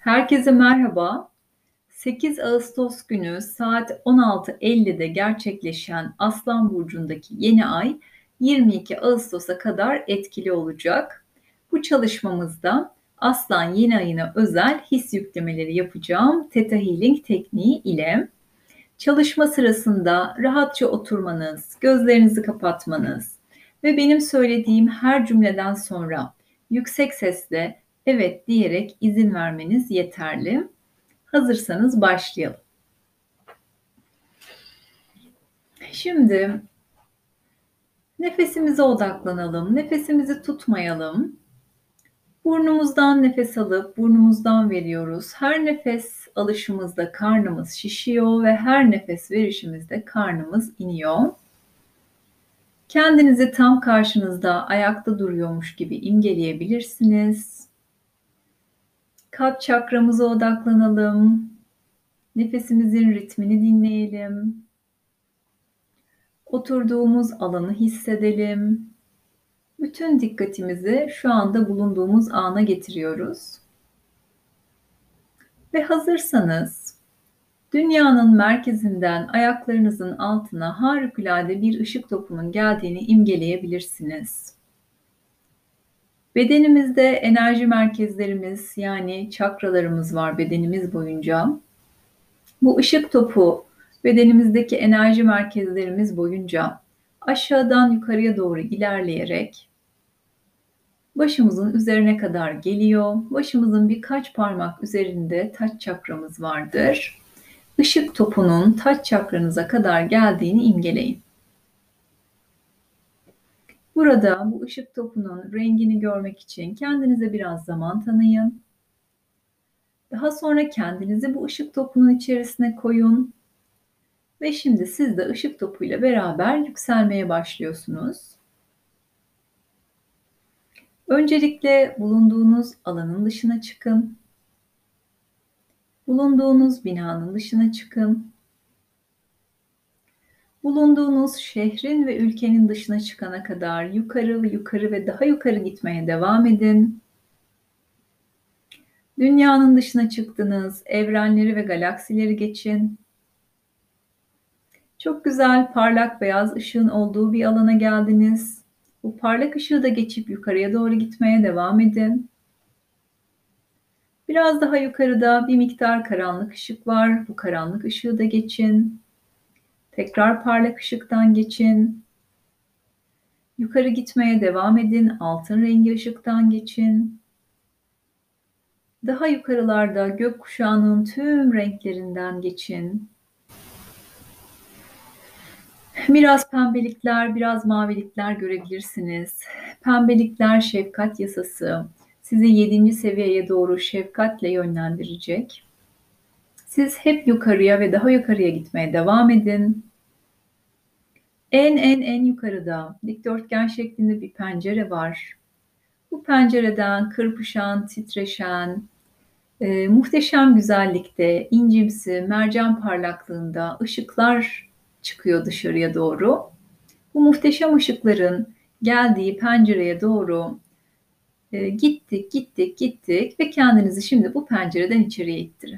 Herkese merhaba. 8 Ağustos günü saat 16.50'de gerçekleşen Aslan Burcu'ndaki yeni ay 22 Ağustos'a kadar etkili olacak. Bu çalışmamızda Aslan yeni ayına özel his yüklemeleri yapacağım Theta Healing tekniği ile. Çalışma sırasında rahatça oturmanız, gözlerinizi kapatmanız ve benim söylediğim her cümleden sonra yüksek sesle evet diyerek izin vermeniz yeterli. Hazırsanız başlayalım. Şimdi nefesimize odaklanalım. Nefesimizi tutmayalım. Burnumuzdan nefes alıp burnumuzdan veriyoruz. Her nefes alışımızda karnımız şişiyor ve her nefes verişimizde karnımız iniyor. Kendinizi tam karşınızda ayakta duruyormuş gibi imgeleyebilirsiniz. Kalp çakramıza odaklanalım. Nefesimizin ritmini dinleyelim. Oturduğumuz alanı hissedelim. Bütün dikkatimizi şu anda bulunduğumuz ana getiriyoruz. Ve hazırsanız dünyanın merkezinden ayaklarınızın altına harikulade bir ışık topunun geldiğini imgeleyebilirsiniz. Bedenimizde enerji merkezlerimiz yani çakralarımız var bedenimiz boyunca. Bu ışık topu bedenimizdeki enerji merkezlerimiz boyunca aşağıdan yukarıya doğru ilerleyerek başımızın üzerine kadar geliyor. Başımızın birkaç parmak üzerinde taç çakramız vardır. Işık topunun taç çakranıza kadar geldiğini imgeleyin. Burada bu ışık topunun rengini görmek için kendinize biraz zaman tanıyın. Daha sonra kendinizi bu ışık topunun içerisine koyun. Ve şimdi siz de ışık topuyla beraber yükselmeye başlıyorsunuz. Öncelikle bulunduğunuz alanın dışına çıkın. Bulunduğunuz binanın dışına çıkın. Bulunduğunuz şehrin ve ülkenin dışına çıkana kadar yukarı ve yukarı ve daha yukarı gitmeye devam edin. Dünyanın dışına çıktınız, evrenleri ve galaksileri geçin. Çok güzel parlak beyaz ışığın olduğu bir alana geldiniz. Bu parlak ışığı da geçip yukarıya doğru gitmeye devam edin. Biraz daha yukarıda bir miktar karanlık ışık var. Bu karanlık ışığı da geçin. Tekrar parlak ışıktan geçin. Yukarı gitmeye devam edin. Altın rengi ışıktan geçin. Daha yukarılarda gökkuşağının tüm renklerinden geçin. Biraz pembelikler, biraz mavilikler görebilirsiniz. Pembelikler şefkat yasası. Sizi 7. seviyeye doğru şefkatle yönlendirecek. Siz hep yukarıya ve daha yukarıya gitmeye devam edin. En yukarıda dikdörtgen şeklinde bir pencere var. Bu pencereden kırpışan, titreşen, muhteşem güzellikte, incimsi, mercan parlaklığında ışıklar çıkıyor dışarıya doğru. Bu muhteşem ışıkların geldiği pencereye doğru gittik ve kendinizi şimdi bu pencereden içeriye ittirin.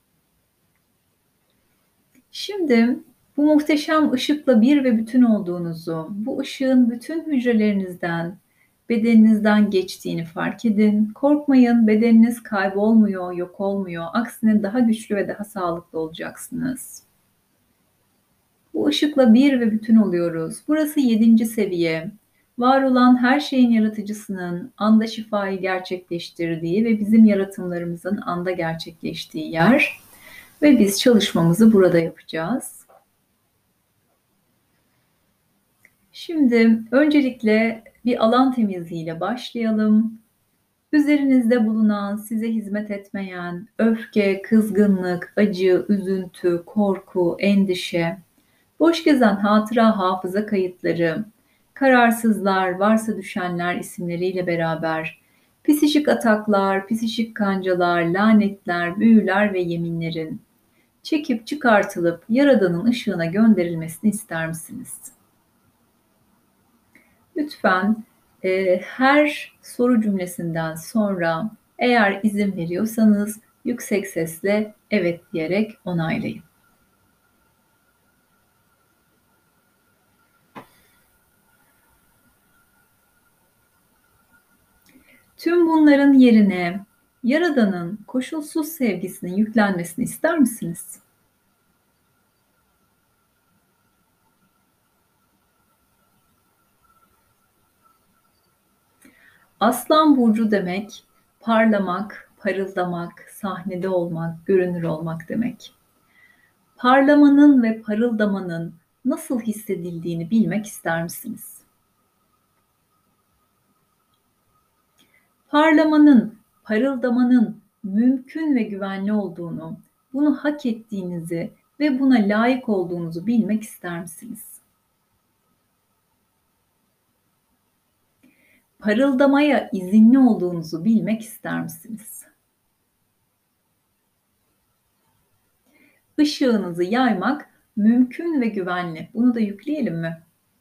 Şimdi bu muhteşem ışıkla bir ve bütün olduğunuzu, bu ışığın bütün hücrelerinizden, bedeninizden geçtiğini fark edin. Korkmayın, bedeniniz kaybolmuyor, yok olmuyor. Aksine daha güçlü ve daha sağlıklı olacaksınız. Bu ışıkla bir ve bütün oluyoruz. Burası 7. seviye. Var olan her şeyin yaratıcısının anda şifayı gerçekleştirdiği ve bizim yaratımlarımızın anda gerçekleştiği yer. Ve biz çalışmamızı burada yapacağız. Şimdi öncelikle bir alan temizliğiyle başlayalım. Üzerinizde bulunan, size hizmet etmeyen öfke, kızgınlık, acı, üzüntü, korku, endişe, boş gezen hatıra, hafıza kayıtları, kararsızlar, varsa düşenler isimleriyle beraber psikik ataklar, psikik kancalar, lanetler, büyüler ve yeminlerin çekip çıkartılıp Yaradan'ın ışığına gönderilmesini ister misiniz? Lütfen her soru cümlesinden sonra eğer izin veriyorsanız yüksek sesle evet diyerek onaylayın. Tüm bunların yerine Yaradan'ın koşulsuz sevgisinin yüklenmesini ister misiniz? Aslan burcu demek parlamak, parıldamak, sahnede olmak, görünür olmak demek. Parlamanın ve parıldamanın nasıl hissedildiğini bilmek ister misiniz? Parlamanın, parıldamanın mümkün ve güvenli olduğunu, bunu hak ettiğinizi ve buna layık olduğunuzu bilmek ister misiniz? Parıldamaya izinli olduğunuzu bilmek ister misiniz? Işığınızı yaymak mümkün ve güvenli. Bunu da yükleyelim mi?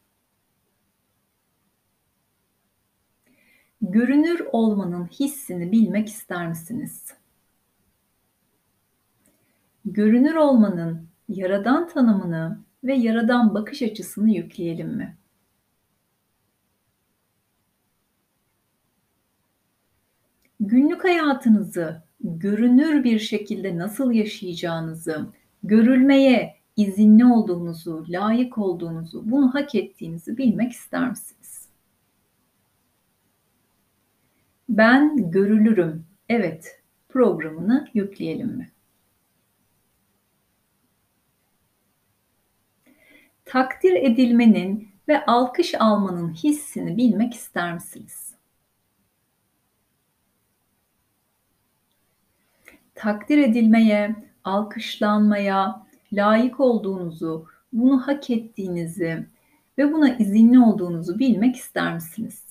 Görünür olmanın hissini bilmek ister misiniz? Görünür olmanın yaradan tanımını ve yaradan bakış açısını yükleyelim mi? Günlük hayatınızı görünür bir şekilde nasıl yaşayacağınızı, görülmeye izinli olduğunuzu, layık olduğunuzu, bunu hak ettiğinizi bilmek ister misiniz? Ben görülürüm. Evet, programını yükleyelim mi? Takdir edilmenin ve alkış almanın hissini bilmek ister misiniz? Takdir edilmeye, alkışlanmaya layık olduğunuzu, bunu hak ettiğinizi ve buna izinli olduğunuzu bilmek ister misiniz?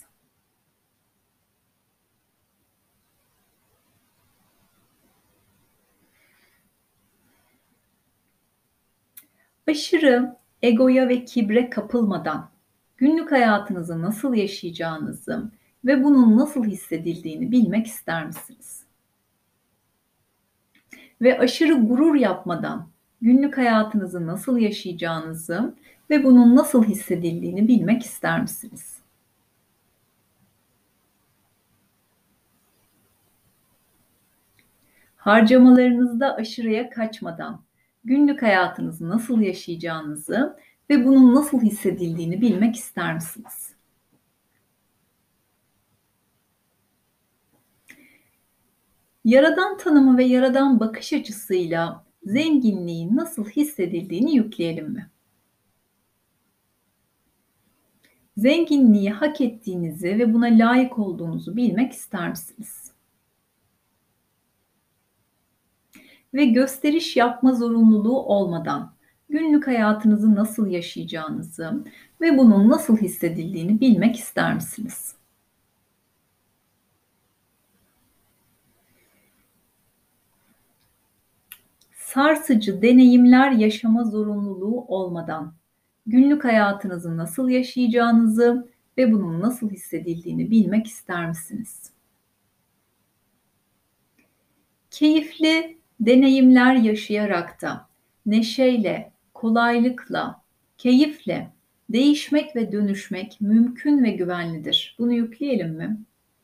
Aşırı egoya ve kibre kapılmadan günlük hayatınızı nasıl yaşayacağınızı ve bunun nasıl hissedildiğini bilmek ister misiniz? Ve aşırı gurur yapmadan günlük hayatınızı nasıl yaşayacağınızı ve bunun nasıl hissedildiğini bilmek ister misiniz? Harcamalarınızda aşırıya kaçmadan günlük hayatınızı nasıl yaşayacağınızı ve bunun nasıl hissedildiğini bilmek ister misiniz? Yaradan tanımı ve yaradan bakış açısıyla zenginliğin nasıl hissedildiğini yükleyelim mi? Zenginliği hak ettiğinizi ve buna layık olduğunuzu bilmek ister misiniz? Ve gösteriş yapma zorunluluğu olmadan günlük hayatınızı nasıl yaşayacağınızı ve bunun nasıl hissedildiğini bilmek ister misiniz? Sarsıcı deneyimler yaşama zorunluluğu olmadan günlük hayatınızı nasıl yaşayacağınızı ve bunun nasıl hissedildiğini bilmek ister misiniz? Keyifli deneyimler yaşayarak da neşeyle, kolaylıkla, keyifle değişmek ve dönüşmek mümkün ve güvenlidir. Bunu yükleyelim mi?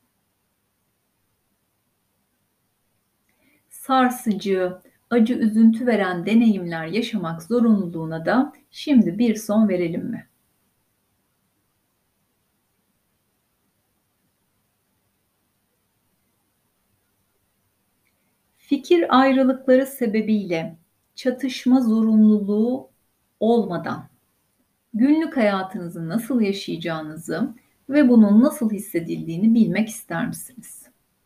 Sarsıcı, acı, üzüntü veren deneyimler yaşamak zorunluluğuna da şimdi bir son verelim mi? Fikir ayrılıkları sebebiyle çatışma zorunluluğu olmadan günlük hayatınızı nasıl yaşayacağınızı ve bunun nasıl hissedildiğini bilmek ister misiniz?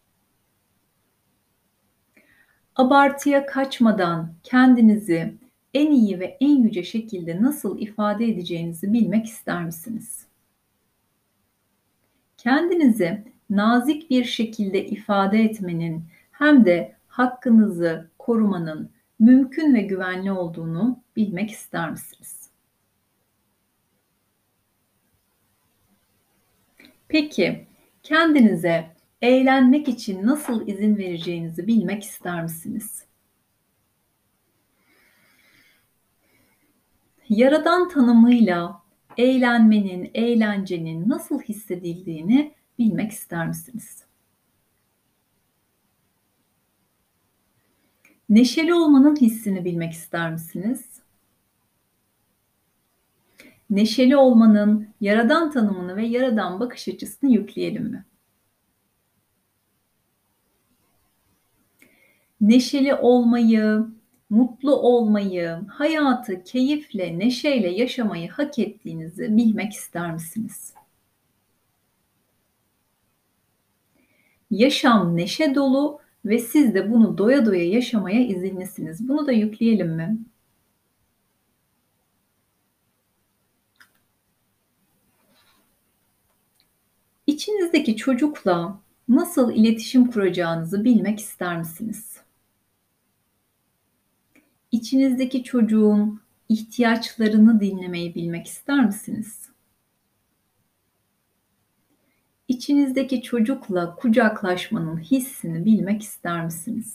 Abartıya kaçmadan kendinizi en iyi ve en yüce şekilde nasıl ifade edeceğinizi bilmek ister misiniz? Kendinizi nazik bir şekilde ifade etmenin hem de hakkınızı korumanın mümkün ve güvenli olduğunu bilmek ister misiniz? Peki, kendinize Eğlenmek için nasıl izin vereceğinizi bilmek ister misiniz? Yaradan tanımıyla eğlenmenin, eğlencenin nasıl hissedildiğini bilmek ister misiniz? Neşeli olmanın hissini bilmek ister misiniz? Neşeli olmanın yaradan tanımını ve yaradan bakış açısını yükleyelim mi? Neşeli olmayı, mutlu olmayı, hayatı keyifle, neşeyle yaşamayı hak ettiğinizi bilmek ister misiniz? Yaşam neşe dolu ve siz de bunu doya doya yaşamaya izinlisiniz. Bunu da yükleyelim mi? İçinizdeki çocukla nasıl iletişim kuracağınızı bilmek ister misiniz? İçinizdeki çocuğun ihtiyaçlarını dinlemeyi bilmek ister misiniz? İçinizdeki çocukla kucaklaşmanın hissini bilmek ister misiniz?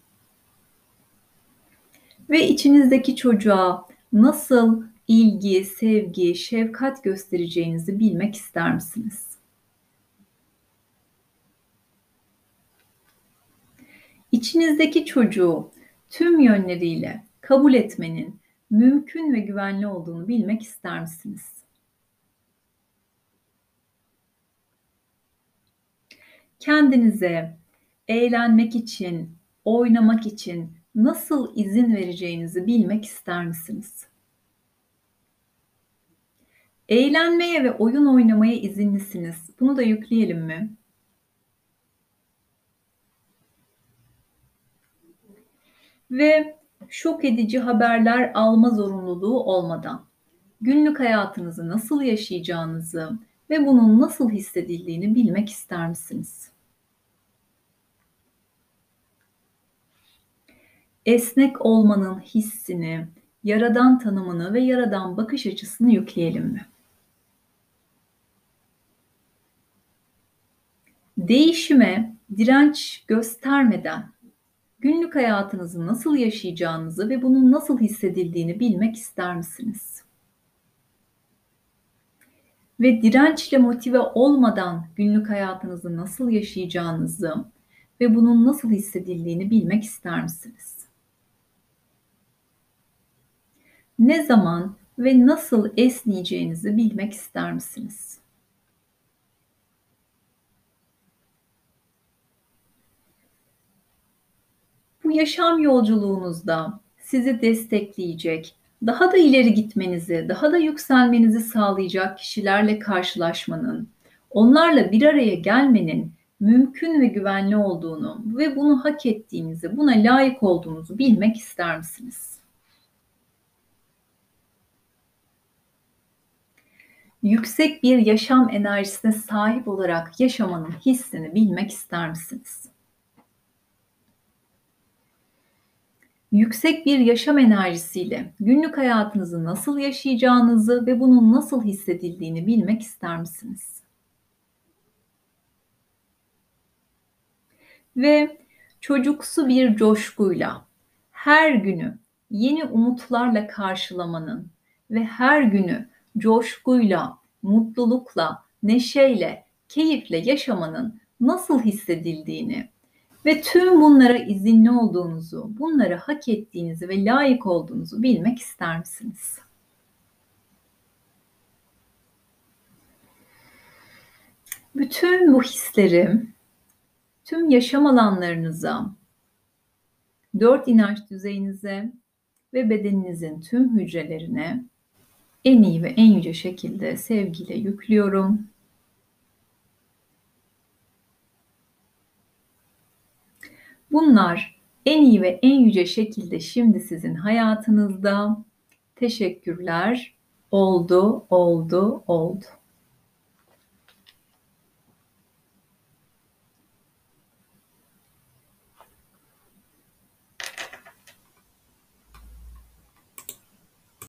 Ve içinizdeki çocuğa nasıl ilgi, sevgi, şefkat göstereceğinizi bilmek ister misiniz? İçinizdeki çocuğu tüm yönleriyle kabul etmenin mümkün ve güvenli olduğunu bilmek ister misiniz? Kendinize eğlenmek için, oynamak için nasıl izin vereceğinizi bilmek ister misiniz? Eğlenmeye ve oyun oynamaya izinlisiniz. Bunu da yükleyelim mi? Ve şok edici haberler alma zorunluluğu olmadan günlük hayatınızı nasıl yaşayacağınızı ve bunun nasıl hissedildiğini bilmek ister misiniz? Esnek olmanın hissini, yaradan tanımını ve yaradan bakış açısını yükleyelim mi? Değişime direnç göstermeden günlük hayatınızı nasıl yaşayacağınızı ve bunun nasıl hissedildiğini bilmek ister misiniz? Ve dirençle motive olmadan günlük hayatınızı nasıl yaşayacağınızı ve bunun nasıl hissedildiğini bilmek ister misiniz? Ne zaman ve nasıl esneyeceğinizi bilmek ister misiniz? Bu yaşam yolculuğunuzda sizi destekleyecek, daha da ileri gitmenizi, daha da yükselmenizi sağlayacak kişilerle karşılaşmanın, onlarla bir araya gelmenin mümkün ve güvenli olduğunu ve bunu hak ettiğinizi, buna layık olduğunuzu bilmek ister misiniz? Yüksek bir yaşam enerjisine sahip olarak yaşamanın hissini bilmek ister misiniz? Yüksek bir yaşam enerjisiyle günlük hayatınızı nasıl yaşayacağınızı ve bunun nasıl hissedildiğini bilmek ister misiniz? Ve çocuksu bir coşkuyla her günü yeni umutlarla karşılamanın ve her günü coşkuyla, mutlulukla, neşeyle, keyifle yaşamanın nasıl hissedildiğini ve tüm bunlara izinli olduğunuzu, bunları hak ettiğinizi ve layık olduğunuzu bilmek ister misiniz? Bütün bu hisleri tüm yaşam alanlarınıza, 4 inanç düzeyinize ve bedeninizin tüm hücrelerine en iyi ve en yüce şekilde sevgiyle yüklüyorum. Bunlar en iyi ve en yüce şekilde şimdi sizin hayatınızda. Teşekkürler. Oldu, oldu, oldu.